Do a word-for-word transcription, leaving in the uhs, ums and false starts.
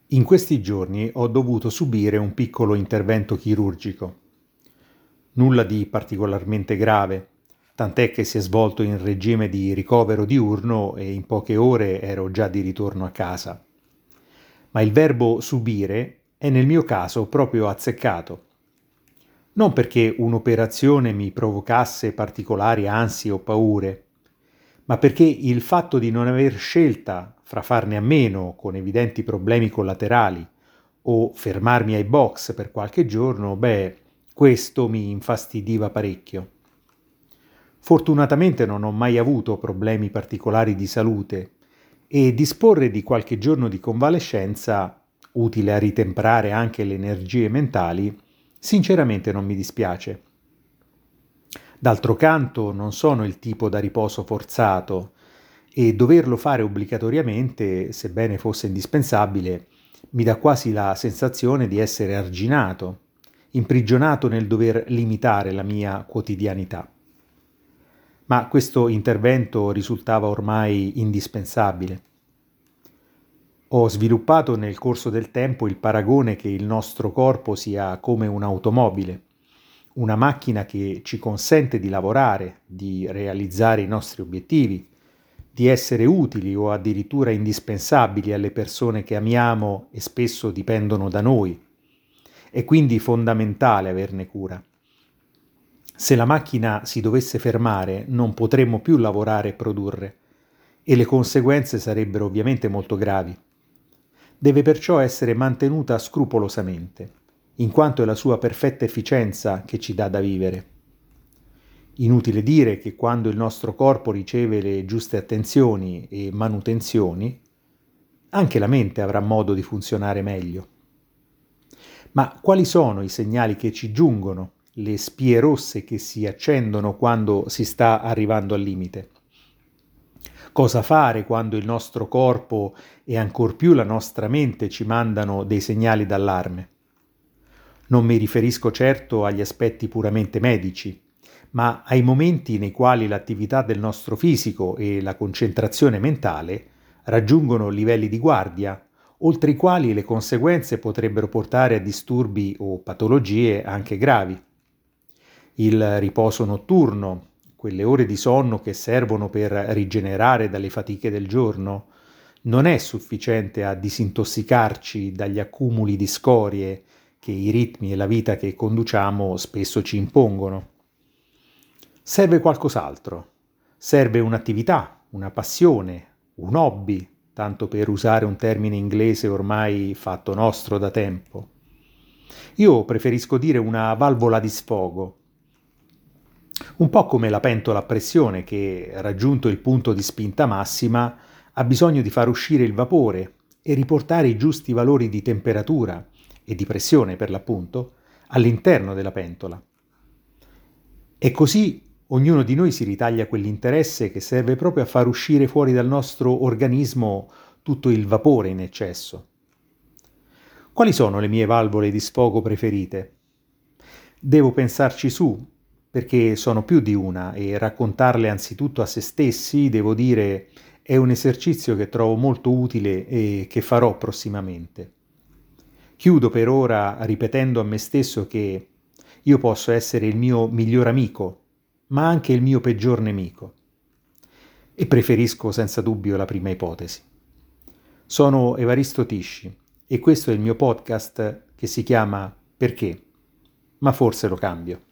In questi giorni ho dovuto subire un piccolo intervento chirurgico. Nulla di particolarmente grave, tant'è che si è svolto in regime di ricovero diurno e in poche ore ero già di ritorno a casa. Ma il verbo subire è nel mio caso proprio azzeccato. Non perché un'operazione mi provocasse particolari ansie o paure, ma perché il fatto di non aver scelta fra farne a meno con evidenti problemi collaterali o fermarmi ai box per qualche giorno, beh, questo mi infastidiva parecchio. Fortunatamente non ho mai avuto problemi particolari di salute e disporre di qualche giorno di convalescenza, utile a ritemprare anche le energie mentali, sinceramente non mi dispiace. D'altro canto non sono il tipo da riposo forzato e doverlo fare obbligatoriamente, sebbene fosse indispensabile, mi dà quasi la sensazione di essere arginato, imprigionato nel dover limitare la mia quotidianità. Ma questo intervento risultava ormai indispensabile. Ho sviluppato nel corso del tempo il paragone che il nostro corpo sia come un'automobile, una macchina che ci consente di lavorare, di realizzare i nostri obiettivi, di essere utili o addirittura indispensabili alle persone che amiamo e spesso dipendono da noi. È quindi fondamentale averne cura. Se la macchina si dovesse fermare, non potremmo più lavorare e produrre, e le conseguenze sarebbero ovviamente molto gravi. Deve perciò essere mantenuta scrupolosamente, in quanto è la sua perfetta efficienza che ci dà da vivere. Inutile dire che quando il nostro corpo riceve le giuste attenzioni e manutenzioni, anche la mente avrà modo di funzionare meglio. Ma quali sono i segnali che ci giungono, le spie rosse che si accendono quando si sta arrivando al limite? Cosa fare quando il nostro corpo e ancor più la nostra mente ci mandano dei segnali d'allarme? Non mi riferisco certo agli aspetti puramente medici, ma ai momenti nei quali l'attività del nostro fisico e la concentrazione mentale raggiungono livelli di guardia, oltre i quali le conseguenze potrebbero portare a disturbi o patologie anche gravi. Il riposo notturno, quelle ore di sonno che servono per rigenerare dalle fatiche del giorno, non è sufficiente a disintossicarci dagli accumuli di scorie che i ritmi e la vita che conduciamo spesso ci impongono. Serve qualcos'altro. Serve un'attività, una passione, un hobby, tanto per usare un termine inglese ormai fatto nostro da tempo. Io preferisco dire una valvola di sfogo. Un po' come la pentola a pressione che, raggiunto il punto di spinta massima, ha bisogno di far uscire il vapore e riportare i giusti valori di temperatura e di pressione, per l'appunto, all'interno della pentola. E così ognuno di noi si ritaglia quell'interesse che serve proprio a far uscire fuori dal nostro organismo tutto il vapore in eccesso. Quali sono le mie valvole di sfogo preferite? Devo pensarci su, perché sono più di una e raccontarle anzitutto a se stessi, devo dire, è un esercizio che trovo molto utile e che farò prossimamente. Chiudo per ora ripetendo a me stesso che io posso essere il mio miglior amico, ma anche il mio peggior nemico. E preferisco senza dubbio la prima ipotesi. Sono Evaristo Tisci e questo è il mio podcast che si chiama Perché? Ma forse lo cambio.